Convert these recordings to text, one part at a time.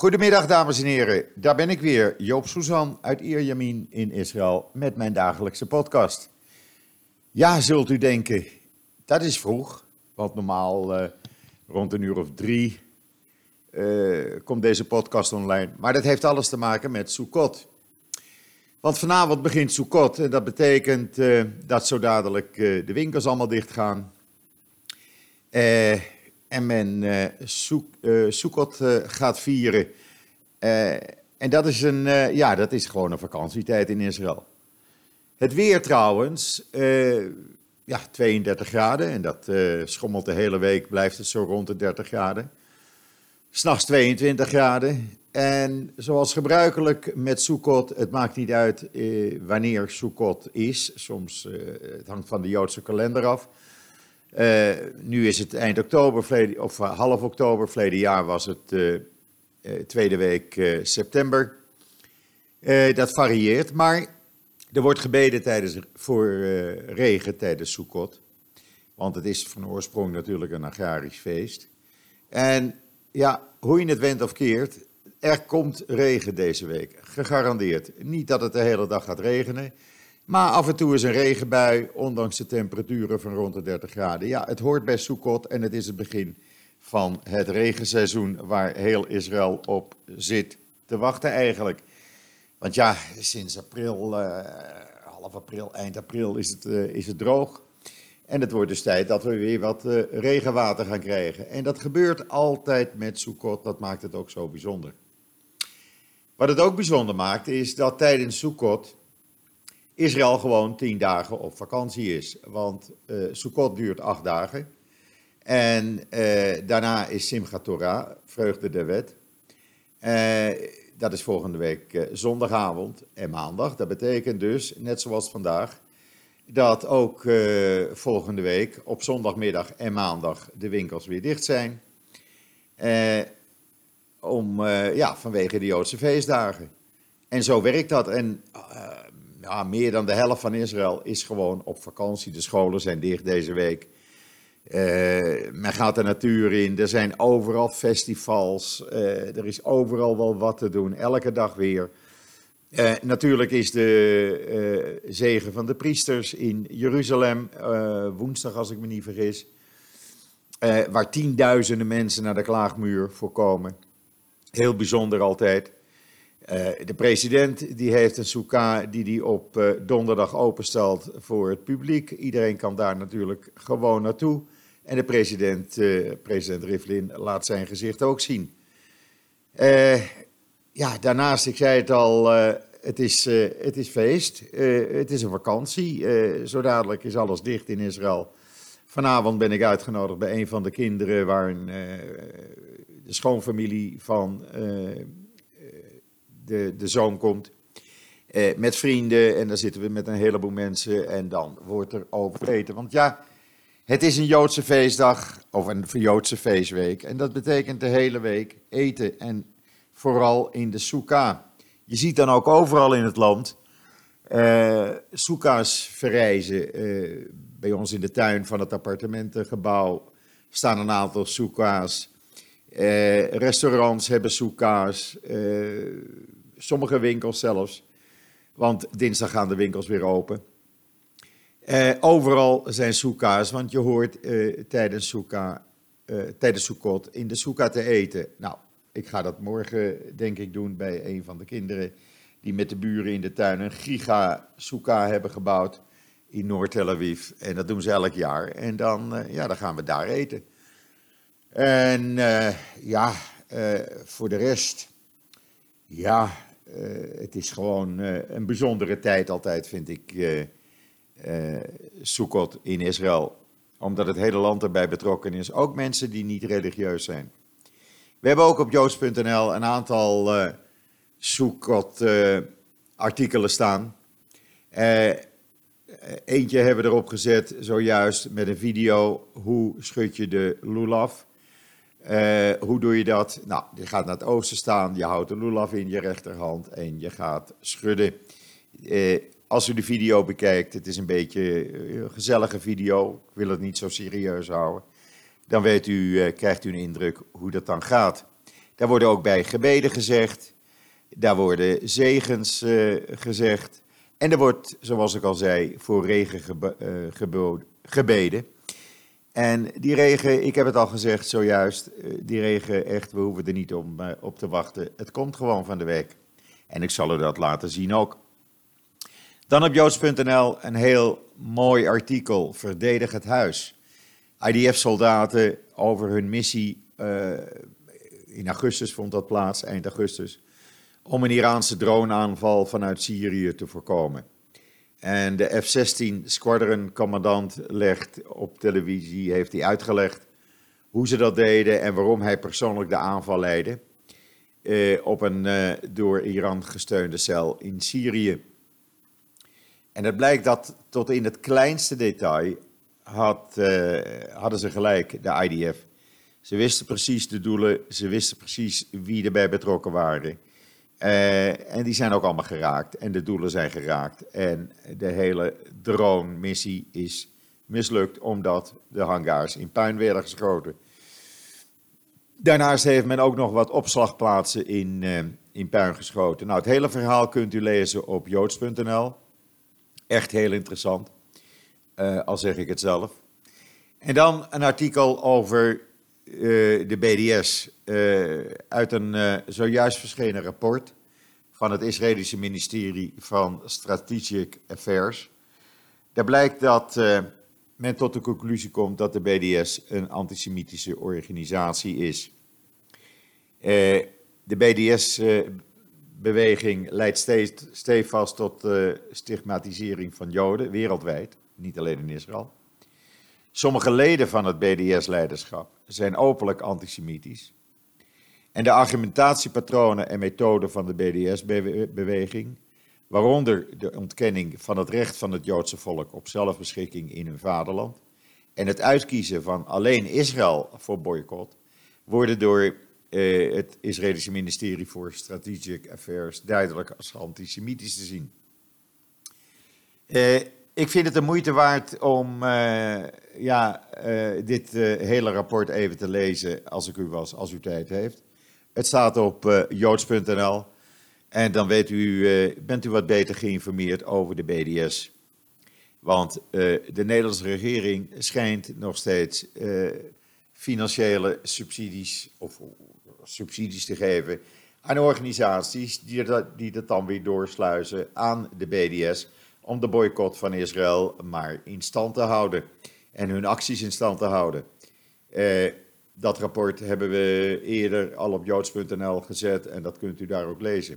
Goedemiddag dames en heren, daar ben ik weer, Joop Suzan uit Ierjemien in Israël met mijn dagelijkse podcast. Ja, zult u denken, dat is vroeg, want normaal rond een uur of 3 komt deze podcast online. Maar dat heeft alles te maken met Sukkot. Want vanavond begint Sukkot en dat betekent dat zo dadelijk de winkels allemaal dicht gaan. En men Sukkot gaat vieren. En dat is, dat is gewoon een vakantietijd in Israël. Het weer trouwens, 32 graden. En dat schommelt de hele week, blijft het zo rond de 30 graden. 'S Nachts 22 graden. En zoals gebruikelijk met Sukkot, het maakt niet uit wanneer Sukkot is. Soms, het hangt van de Joodse kalender af. Nu is het eind oktober, of half oktober. Verleden jaar was het tweede week september. Dat varieert, maar er wordt gebeden voor regen tijdens Sukkot. Want het is van oorsprong natuurlijk een agrarisch feest. En ja, hoe je het went of keert, er komt regen deze week. Gegarandeerd. Niet dat het de hele dag gaat regenen. Maar af en toe is een regenbui, ondanks de temperaturen van rond de 30 graden. Ja, het hoort bij Sukkot en het is het begin van het regenseizoen waar heel Israël op zit te wachten eigenlijk. Want ja, sinds april, half april, eind april is het droog. En het wordt dus tijd dat we weer wat regenwater gaan krijgen. En dat gebeurt altijd met Sukkot, dat maakt het ook zo bijzonder. Wat het ook bijzonder maakt is dat tijdens Sukkot Israël gewoon 10 dagen op vakantie is. Want Sukkot duurt 8 dagen. En daarna is Simchat Torah, vreugde der wet. Dat is volgende week zondagavond en maandag. Dat betekent dus, net zoals vandaag, dat ook volgende week op zondagmiddag en maandag de winkels weer dicht zijn. Vanwege de Joodse feestdagen. En zo werkt dat. En meer dan de helft van Israël is gewoon op vakantie. De scholen zijn dicht deze week. Men gaat de natuur in. Er zijn overal festivals. Er is overal wel wat te doen. Elke dag weer. Natuurlijk is de zegen van de priesters in Jeruzalem. Woensdag, als ik me niet vergis. Waar tienduizenden mensen naar de klaagmuur voor komen. Heel bijzonder altijd. De president die heeft een soekah die op donderdag openstelt voor het publiek. Iedereen kan daar natuurlijk gewoon naartoe. En de president Rivlin laat zijn gezicht ook zien. Daarnaast, ik zei het al, het is feest. Het is een vakantie. Zo dadelijk is alles dicht in Israël. Vanavond ben ik uitgenodigd bij een van de kinderen waar de schoonfamilie van de zoon komt. Met vrienden en dan zitten we met een heleboel mensen en dan wordt er over eten. Want ja, het is een Joodse feestdag of een Joodse feestweek. En dat betekent de hele week eten en vooral in de Sukkah. Je ziet dan ook overal in het land Sukkahs verrijzen. Bij ons in de tuin van het appartementengebouw staan een aantal Sukkahs. Restaurants hebben Sukkahs. Sommige winkels zelfs. Want dinsdag gaan de winkels weer open. Overal zijn Sukkahs, want je hoort tijdens Sukkot in de Sukkah te eten. Nou, ik ga dat morgen denk ik doen bij een van de kinderen die met de buren in de tuin een giga Sukkah hebben gebouwd in Noord-Tel Aviv. En dat doen ze elk jaar. En dan gaan we daar eten. En voor de rest, het is gewoon een bijzondere tijd altijd, vind ik, Sukkot in Israël. Omdat het hele land erbij betrokken is. Ook mensen die niet religieus zijn. We hebben ook op joods.nl een aantal Sukkot-artikelen staan. Eentje hebben we erop gezet, zojuist, met een video. Hoe schud je de lulav? Hoe doe je dat? Nou, je gaat naar het oosten staan, je houdt de lulav in je rechterhand en je gaat schudden. Als u de video bekijkt, het is een beetje een gezellige video, ik wil het niet zo serieus houden. Dan krijgt u een indruk hoe dat dan gaat. Daar worden ook bij gebeden gezegd. Daar worden zegens gezegd. En er wordt, zoals ik al zei, voor regen gebeden. En die regen, ik heb het al gezegd zojuist, die regen echt, we hoeven er niet op te wachten. Het komt gewoon van de week. En ik zal u dat laten zien ook. Dan op joods.nl een heel mooi artikel, Verdedig het huis. IDF-soldaten over hun missie, in augustus vond dat plaats, eind augustus, om een Iraanse droneaanval vanuit Syrië te voorkomen. En de F-16 Squadron commandant legt op televisie, heeft hij uitgelegd hoe ze dat deden en waarom hij persoonlijk de aanval leidde op een door Iran gesteunde cel in Syrië. En het blijkt dat tot in het kleinste detail hadden ze gelijk, de IDF. Ze wisten precies de doelen, ze wisten precies wie erbij betrokken waren. En die zijn ook allemaal geraakt en de doelen zijn geraakt. En de hele drone-missie is mislukt omdat de hangars in puin werden geschoten. Daarnaast heeft men ook nog wat opslagplaatsen in puin geschoten. Nou, het hele verhaal kunt u lezen op joods.nl. Echt heel interessant, al zeg ik het zelf. En dan een artikel over de BDS uit een zojuist verschenen rapport van het Israëlische ministerie van Strategic Affairs. Daar blijkt dat men tot de conclusie komt dat de BDS een antisemitische organisatie is. De BDS-beweging leidt stevast tot stigmatisering van Joden wereldwijd, niet alleen in Israël. Sommige leden van het BDS-leiderschap zijn openlijk antisemitisch. En de argumentatiepatronen en methoden van de BDS-beweging, waaronder de ontkenning van het recht van het Joodse volk op zelfbeschikking in hun vaderland en het uitkiezen van alleen Israël voor boycott, worden door het Israëlische ministerie voor Strategic Affairs duidelijk als antisemitisch te zien. Ik vind het de moeite waard om dit hele rapport even te lezen als u tijd heeft. Het staat op joods.nl en dan bent u wat beter geïnformeerd over de BDS. Want de Nederlandse regering schijnt nog steeds financiële subsidies te geven aan organisaties die dat dan weer doorsluizen aan de BDS om de boycott van Israël maar in stand te houden en hun acties in stand te houden. Dat rapport hebben we eerder al op joods.nl gezet en dat kunt u daar ook lezen.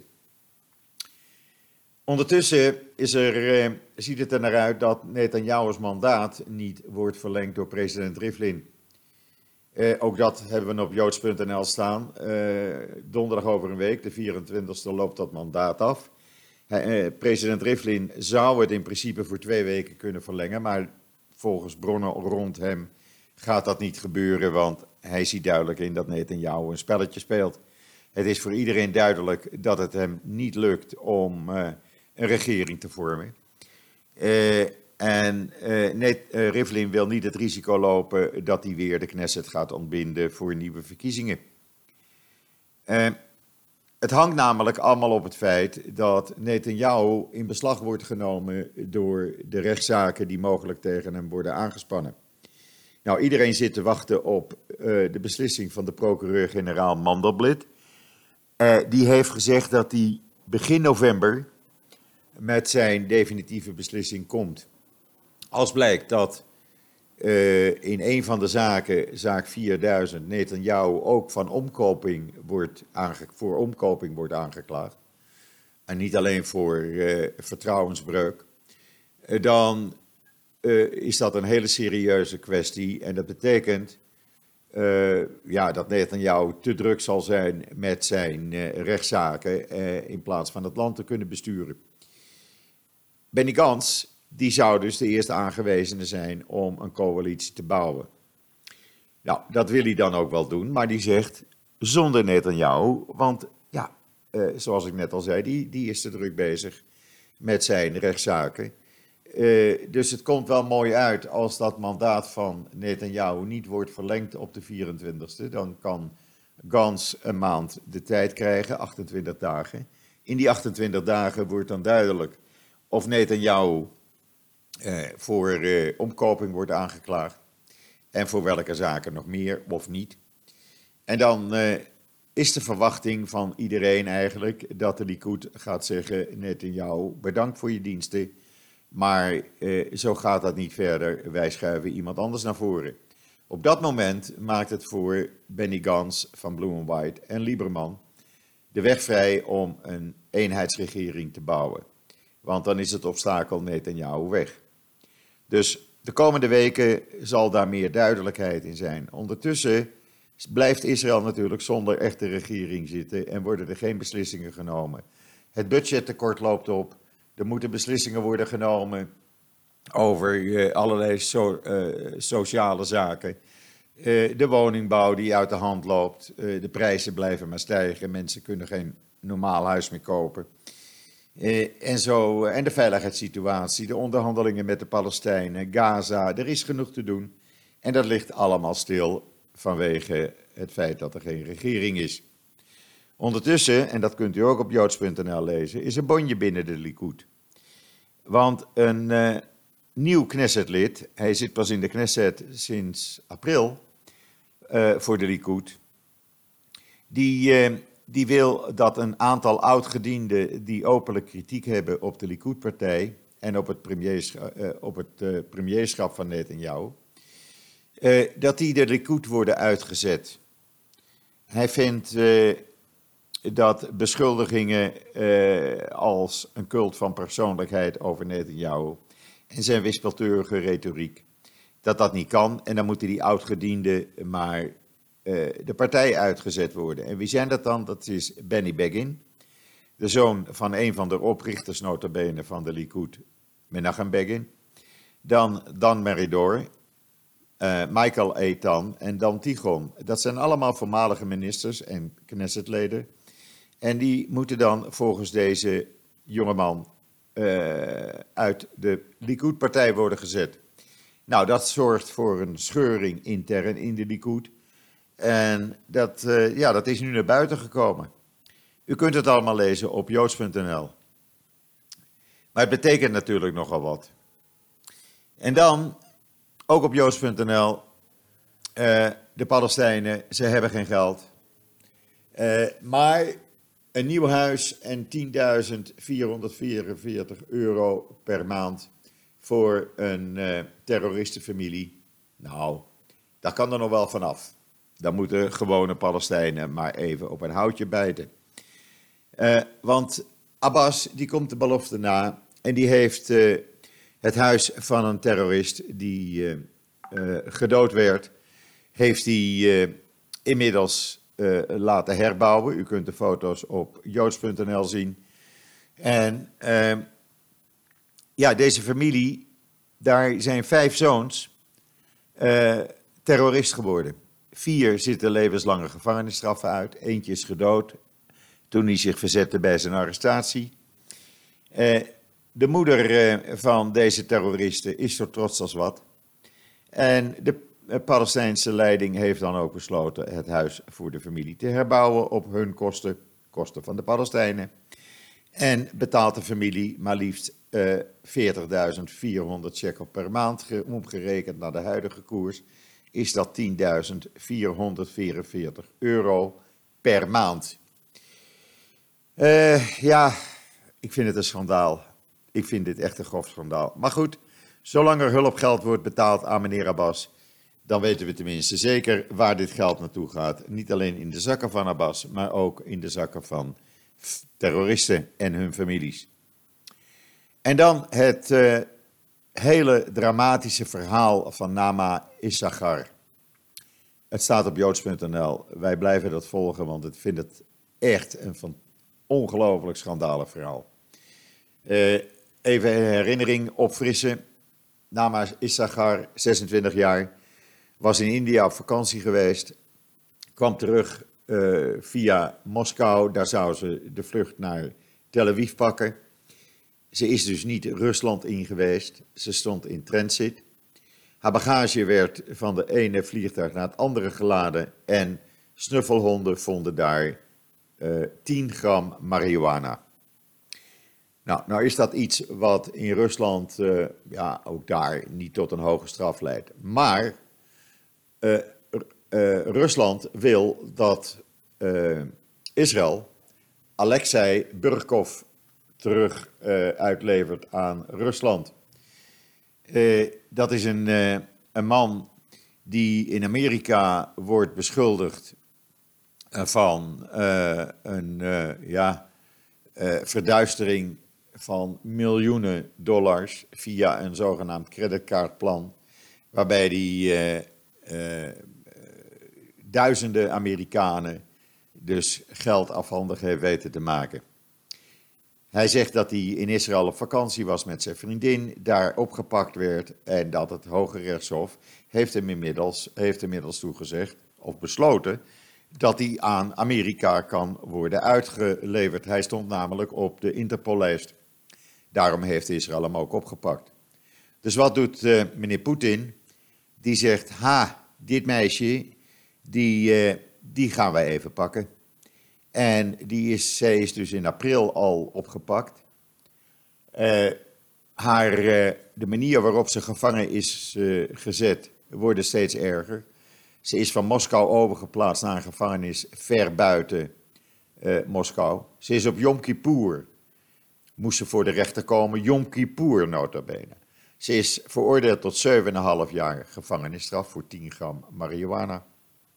Ondertussen ziet het er naar uit dat Netanyahu's mandaat niet wordt verlengd door president Rivlin. Ook dat hebben we op joods.nl staan. Donderdag over een week, de 24e, loopt dat mandaat af. President Rivlin zou het in principe voor 2 weken kunnen verlengen, maar volgens bronnen rond hem gaat dat niet gebeuren, want hij ziet duidelijk in dat Netanyahu een spelletje speelt. Het is voor iedereen duidelijk dat het hem niet lukt om een regering te vormen. Rivlin wil niet het risico lopen dat hij weer de Knesset gaat ontbinden voor nieuwe verkiezingen. Het hangt namelijk allemaal op het feit dat Netanyahu in beslag wordt genomen door de rechtszaken die mogelijk tegen hem worden aangespannen. Nou, iedereen zit te wachten op de beslissing van de procureur-generaal Mandelblit. Die heeft gezegd dat hij begin november met zijn definitieve beslissing komt. Als blijkt dat in een van de zaken, zaak 4000, Netanyahu ook voor omkoping wordt aangeklaagd, en niet alleen voor vertrouwensbreuk, dan is dat een hele serieuze kwestie. En dat betekent dat Netanyahu te druk zal zijn met zijn rechtszaken in plaats van het land te kunnen besturen. Benny Gantz, die zou dus de eerste aangewezene zijn om een coalitie te bouwen. Nou, dat wil hij dan ook wel doen, maar die zegt zonder Netanyahu, want zoals ik net al zei, die is te druk bezig met zijn rechtszaken. Dus het komt wel mooi uit als dat mandaat van Netanyahu niet wordt verlengd op de 24e. Dan kan Gans een maand de tijd krijgen, 28 dagen. In die 28 dagen wordt dan duidelijk of Netanyahu voor omkoping wordt aangeklaagd. En voor welke zaken nog meer of niet. En dan is de verwachting van iedereen eigenlijk dat de Likud gaat zeggen: Netanyahu, bedankt voor je diensten, maar zo gaat dat niet verder. Wij schuiven iemand anders naar voren. Op dat moment maakt het voor Benny Gantz van Blue and White en Lieberman de weg vrij om een eenheidsregering te bouwen. Want dan is het obstakel Netanyahu weg. Dus de komende weken zal daar meer duidelijkheid in zijn. Ondertussen blijft Israël natuurlijk zonder echte regering zitten en worden er geen beslissingen genomen. Het budgettekort loopt op. Er moeten beslissingen worden genomen over allerlei sociale zaken. De woningbouw die uit de hand loopt. De prijzen blijven maar stijgen. Mensen kunnen geen normaal huis meer kopen. En de veiligheidssituatie, de onderhandelingen met de Palestijnen, Gaza, er is genoeg te doen. En dat ligt allemaal stil vanwege het feit dat er geen regering is. Ondertussen, en dat kunt u ook op joods.nl lezen, is een bonje binnen de Likud. Want een nieuw Knessetlid, hij zit pas in de Knesset sinds april voor de Likud, die wil dat een aantal oud-gedienden die openlijk kritiek hebben op de Likud-partij en op het premierschap van Netanyahu, dat die de Likud worden uitgezet. Hij vindt dat beschuldigingen als een cult van persoonlijkheid over Netanyahu en zijn wispelturige retoriek, dat niet kan. En dan moeten die oud-gedienden maar de partij uitgezet worden. En wie zijn dat dan? Dat is Benny Begin, de zoon van een van de oprichters nota bene van de Likud, Menachem Begin. Dan Dan Meridor, Michael Eitan en Dan Tichon. Dat zijn allemaal voormalige ministers en Knessetleden. En die moeten dan volgens deze jongeman uit de Likud-partij worden gezet. Nou, dat zorgt voor een scheuring intern in de Likud. En dat is nu naar buiten gekomen. U kunt het allemaal lezen op joods.nl. Maar het betekent natuurlijk nogal wat. En dan, ook op joods.nl, de Palestijnen, ze hebben geen geld. Maar een nieuw huis en €10.444 per maand voor een terroristenfamilie. Nou, daar kan er nog wel vanaf. Dan moeten gewone Palestijnen maar even op een houtje bijten. Want Abbas, die komt de belofte na en die heeft het huis van een terrorist die gedood werd, heeft hij inmiddels laten herbouwen. U kunt de foto's op joods.nl zien. En deze familie, daar zijn 5 zoons terrorist geworden. 4 zitten levenslange gevangenisstraffen uit. Eentje is gedood toen hij zich verzette bij zijn arrestatie. De moeder van deze terroristen is zo trots als wat. En de Palestijnse leiding heeft dan ook besloten het huis voor de familie te herbouwen op hun kosten, kosten van de Palestijnen. En betaalt de familie maar liefst 40.400 shekel per maand, omgerekend naar de huidige koers, is dat €10.444 per maand. Ik vind het een schandaal. Ik vind dit echt een grof schandaal. Maar goed, zolang er hulpgeld wordt betaald aan meneer Abbas, dan weten we tenminste zeker waar dit geld naartoe gaat. Niet alleen in de zakken van Abbas, maar ook in de zakken van terroristen en hun families. En dan het hele dramatische verhaal van Nama Issachar. Het staat op joods.nl. Wij blijven dat volgen, want ik vind het echt een ongelooflijk schandalig verhaal. Even een herinnering opfrissen. Nama Issachar, 26 jaar, was in India op vakantie geweest. Kwam terug via Moskou. Daar zou ze de vlucht naar Tel Aviv pakken. Ze is dus niet Rusland in geweest. Ze stond in transit. Haar bagage werd van de ene vliegtuig naar het andere geladen en snuffelhonden vonden daar 10 gram marihuana. Nou is dat iets wat in Rusland, ook daar niet tot een hoge straf leidt. Maar uh, Rusland wil dat Israël Alexei Burkov terug uitlevert aan Rusland. Dat is een man die in Amerika wordt beschuldigd van een verduistering van miljoenen dollars via een zogenaamd creditcardplan, waarbij hij duizenden Amerikanen dus geld afhandig heeft weten te maken. Hij zegt dat hij in Israël op vakantie was met zijn vriendin, daar opgepakt werd en dat het Hoge Rechtshof heeft hem inmiddels toegezegd of besloten dat hij aan Amerika kan worden uitgeleverd. Hij stond namelijk op de Interpol-lijst. Daarom heeft Israël hem ook opgepakt. Dus wat doet meneer Poetin? Die zegt, dit meisje, die gaan wij even pakken. En zij is dus in april al opgepakt. De manier waarop ze gevangen is gezet, wordt steeds erger. Ze is van Moskou overgeplaatst naar een gevangenis ver buiten Moskou. Ze is op Yom Kippur, moest ze voor de rechter komen, Yom Kippur nota bene. Ze is veroordeeld tot 7,5 jaar gevangenisstraf voor 10 gram marihuana.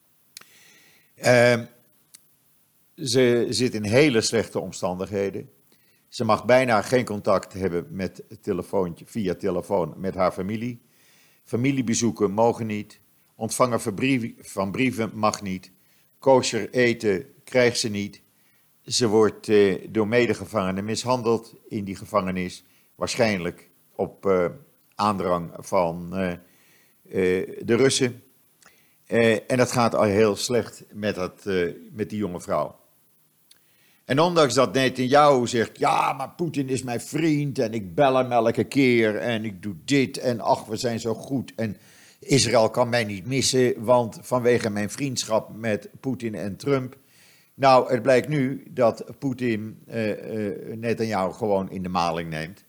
Ze zit in hele slechte omstandigheden. Ze mag bijna geen contact hebben via telefoon met haar familie. Familiebezoeken mogen niet. Ontvangen van brieven mag niet. Kosher eten krijgt ze niet. Ze wordt door medegevangenen mishandeld in die gevangenis. Waarschijnlijk op aandrang van de Russen. En dat gaat al heel slecht met die jonge vrouw. En ondanks dat Netanyahu zegt, ja, maar Poetin is mijn vriend en ik bel hem elke keer en ik doe dit en ach, we zijn zo goed en Israël kan mij niet missen, want vanwege mijn vriendschap met Poetin en Trump. Nou, het blijkt nu dat Poetin Netanyahu gewoon in de maling neemt.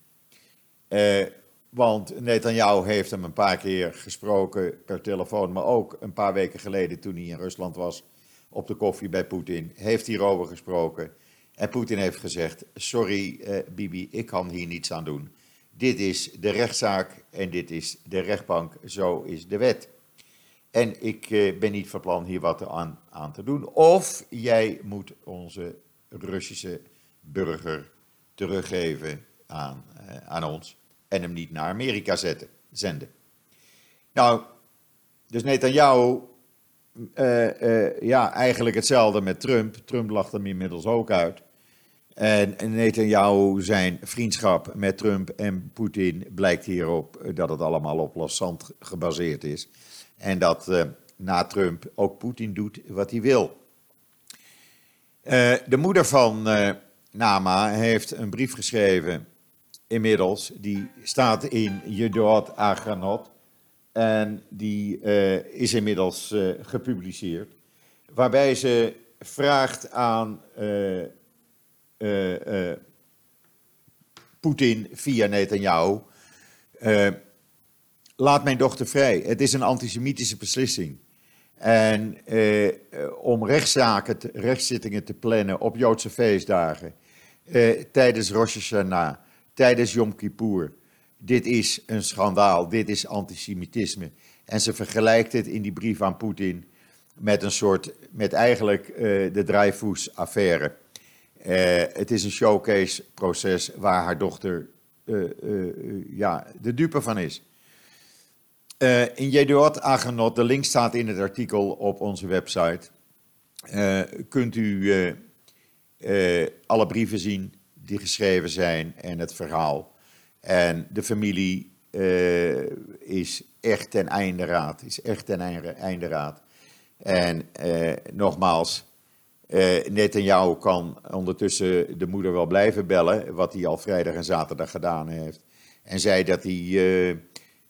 Want Netanyahu heeft hem een paar keer gesproken per telefoon, maar ook een paar weken geleden toen hij in Rusland was op de koffie bij Poetin, heeft hierover gesproken. En Poetin heeft gezegd, sorry Bibi, ik kan hier niets aan doen. Dit is de rechtszaak en dit is de rechtbank, zo is de wet. En ik ben niet van plan hier wat aan te doen. Of jij moet onze Russische burger teruggeven aan ons en hem niet naar Amerika zenden. Nou, dus Netanyahu, eigenlijk hetzelfde met Trump. Trump lacht hem inmiddels ook uit. En Netanyahu, zijn vriendschap met Trump en Poetin blijkt hierop dat het allemaal op loszand gebaseerd is. En dat na Trump ook Poetin doet wat hij wil. De moeder van Nama heeft een brief geschreven inmiddels. Die staat in Yediot Ahronot. En die is inmiddels gepubliceerd. Waarbij ze vraagt aan Poetin via Netanyahu, laat mijn dochter vrij. Het is een antisemitische beslissing. En om rechtszittingen te plannen op Joodse feestdagen, tijdens Rosh Hashanah, tijdens Yom Kippur. Dit is een schandaal, dit is antisemitisme. En ze vergelijkt het in die brief aan Poetin met eigenlijk de Dreyfus-affaire. Het is een showcase-proces waar haar dochter de dupe van is. In Yediot Ahronot, de link staat in het artikel op onze website, kunt u alle brieven zien die geschreven zijn en het verhaal. En de familie is echt ten einde raad. En nogmaals, Netanyahu kan ondertussen de moeder wel blijven bellen, wat hij al vrijdag en zaterdag gedaan heeft. En zei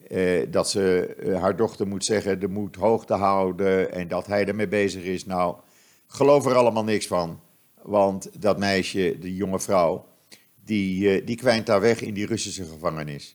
dat ze haar dochter moet zeggen de moed hoog te houden en dat hij ermee bezig is. Nou, geloof er allemaal niks van. Want dat meisje, die jonge vrouw, die kwijnt daar weg in die Russische gevangenis.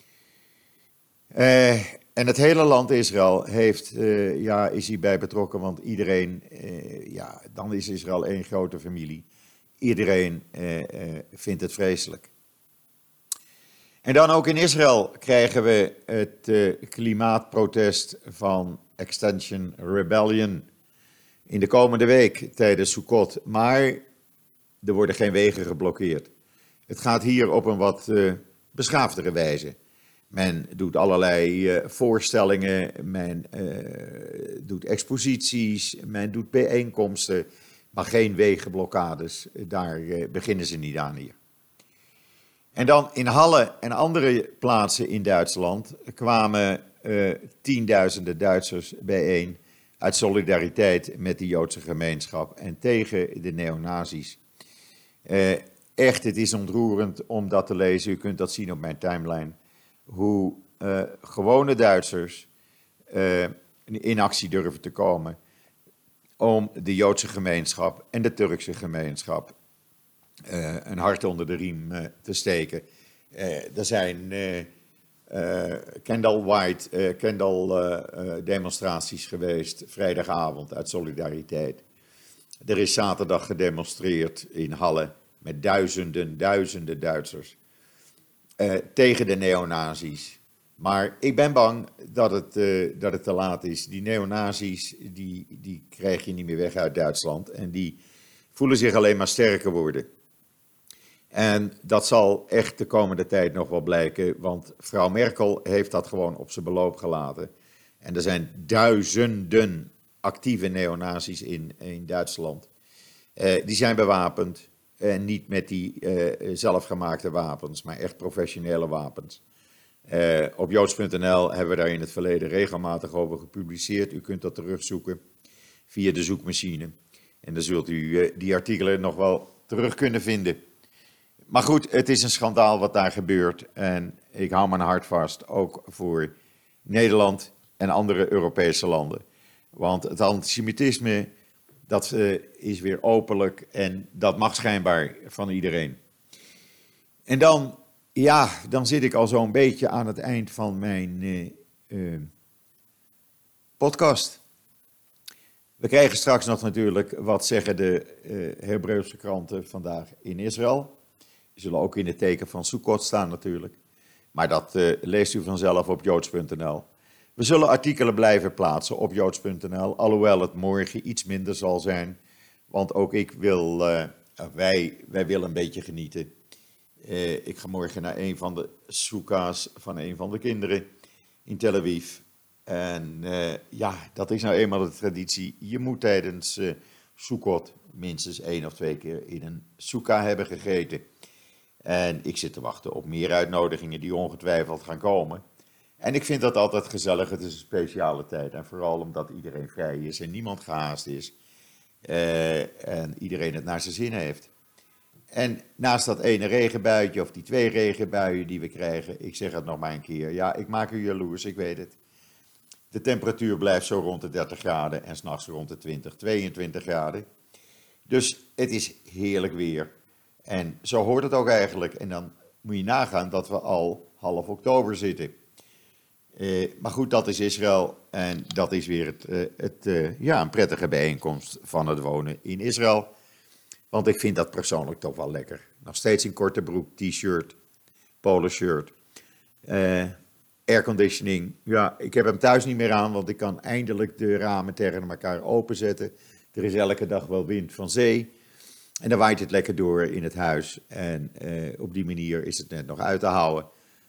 En het hele land Israël is hierbij betrokken, want iedereen, dan is Israël één grote familie. Iedereen vindt het vreselijk. En dan ook in Israël krijgen we het klimaatprotest van Extinction Rebellion in de komende week tijdens Sukkot. Maar er worden geen wegen geblokkeerd. Het gaat hier op een wat beschaafdere wijze. Men doet allerlei voorstellingen, men doet exposities, men doet bijeenkomsten, maar geen wegenblokkades. Daar beginnen ze niet aan hier. En dan in Halle en andere plaatsen in Duitsland kwamen tienduizenden Duitsers bijeen uit solidariteit met de Joodse gemeenschap en tegen de neonazies. Echt, het is ontroerend om dat te lezen. U kunt dat zien op mijn timeline. Hoe gewone Duitsers in actie durven te komen om de Joodse gemeenschap en de Turkse gemeenschap een hart onder de riem te steken. Er zijn demonstraties geweest, vrijdagavond uit solidariteit. Er is zaterdag gedemonstreerd in Halle met duizenden Duitsers tegen de neonazies. Maar ik ben bang dat het te laat is. Die neonazies die krijg je niet meer weg uit Duitsland en die voelen zich alleen maar sterker worden. En dat zal echt de komende tijd nog wel blijken, want mevrouw Merkel heeft dat gewoon op zijn beloop gelaten. En er zijn duizenden actieve neonazies in Duitsland. Die zijn bewapend en niet met die zelfgemaakte wapens, maar echt professionele wapens. Op joods.nl hebben we daar in het verleden regelmatig over gepubliceerd. U kunt dat terugzoeken via de zoekmachine. En dan zult u die artikelen nog wel terug kunnen vinden. Maar goed, het is een schandaal wat daar gebeurt. En ik hou mijn hart vast, ook voor Nederland en andere Europese landen. Want het antisemitisme, dat is weer openlijk en dat mag schijnbaar van iedereen. En dan zit ik al zo'n beetje aan het eind van mijn podcast. We krijgen straks nog natuurlijk, wat zeggen de Hebreeuwse kranten vandaag in Israël. Die zullen ook in het teken van Sukkot staan natuurlijk. Maar dat leest u vanzelf op joods.nl. We zullen artikelen blijven plaatsen op joods.nl, alhoewel het morgen iets minder zal zijn. Want ook ik wil, wij willen een beetje genieten. Ik ga morgen naar een van de soeka's van een van de kinderen in Tel Aviv. En dat is nou eenmaal de traditie. Je moet tijdens Sukkot minstens 1 of 2 keer in een soeka hebben gegeten. En ik zit te wachten op meer uitnodigingen die ongetwijfeld gaan komen. En ik vind dat altijd gezellig. Het is een speciale tijd. En vooral omdat iedereen vrij is en niemand gehaast is. En iedereen het naar zijn zin heeft. En naast dat ene regenbuitje of die 2 regenbuien die we krijgen, ik zeg het nog maar een keer. Ja, ik maak u jaloers, ik weet het. De temperatuur blijft zo rond de 30 graden en 's nachts rond de 20, 22 graden. Dus het is heerlijk weer. En zo hoort het ook eigenlijk. En dan moet je nagaan dat we al half oktober zitten. Maar goed, dat is Israël. En dat is weer een prettige bijeenkomst van het wonen in Israël. Want ik vind dat persoonlijk toch wel lekker. Nog steeds in korte broek, t-shirt, polo shirt. Airconditioning. Ja, ik heb hem thuis niet meer aan, want ik kan eindelijk de ramen tegen elkaar openzetten. Er is elke dag wel wind van zee. En dan waait het lekker door in het huis. En op die manier is het net nog uit te houden.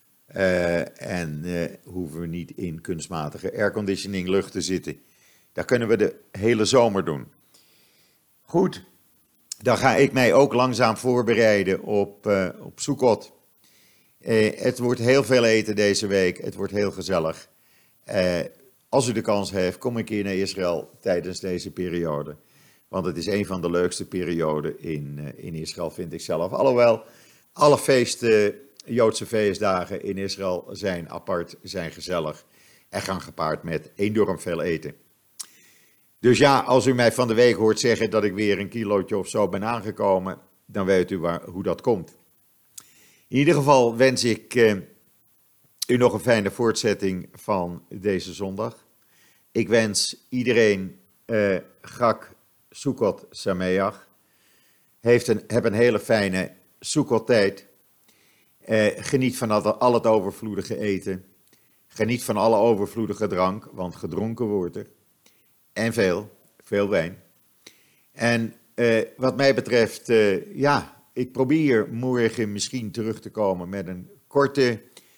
En hoeven we niet in kunstmatige airconditioning lucht te zitten. Dat kunnen we de hele zomer doen. Goed, dan ga ik mij ook langzaam voorbereiden op Sukkot. Het wordt heel veel eten deze week. Het wordt heel gezellig. Als u de kans heeft, kom een keer naar Israël tijdens deze periode. Want het is een van de leukste perioden in Israël, vind ik zelf. Alhoewel, alle Joodse feestdagen in Israël zijn apart, zijn gezellig en gaan gepaard met enorm veel eten. Dus ja, als u mij van de week hoort zeggen dat ik weer een kilootje of zo ben aangekomen, dan weet u hoe dat komt. In ieder geval wens ik u nog een fijne voortzetting van deze zondag. Ik wens iedereen Chag Sukkot Sameach. Heb een hele fijne Sukkot-tijd. Geniet van al het overvloedige eten. Geniet van alle overvloedige drank, want gedronken wordt er. En veel wijn. En wat mij betreft, ik probeer morgen misschien terug te komen met een korte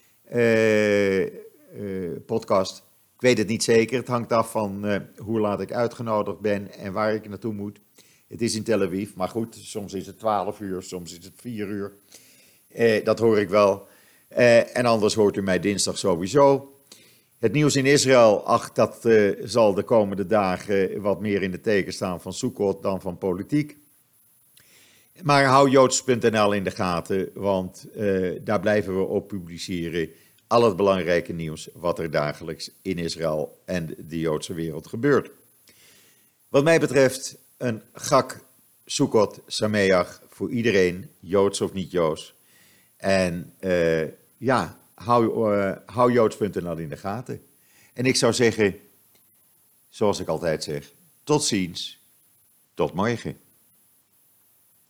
podcast. Ik weet het niet zeker, het hangt af van hoe laat ik uitgenodigd ben en waar ik naartoe moet. Het is in Tel Aviv, maar goed, soms is het 12 uur, soms is het 4 uur. Dat hoor ik wel. En anders hoort u mij dinsdag sowieso. Het nieuws in Israël, dat zal de komende dagen wat meer in de teken staan van Sukkot dan van politiek. Maar hou joods.nl in de gaten, want daar blijven we op publiceren al het belangrijke nieuws wat er dagelijks in Israël en de Joodse wereld gebeurt. Wat mij betreft een Chag Sukkot Sameach voor iedereen, Joods of niet Joods. En hou joods.nl in de gaten. En ik zou zeggen, zoals ik altijd zeg, tot ziens, tot morgen.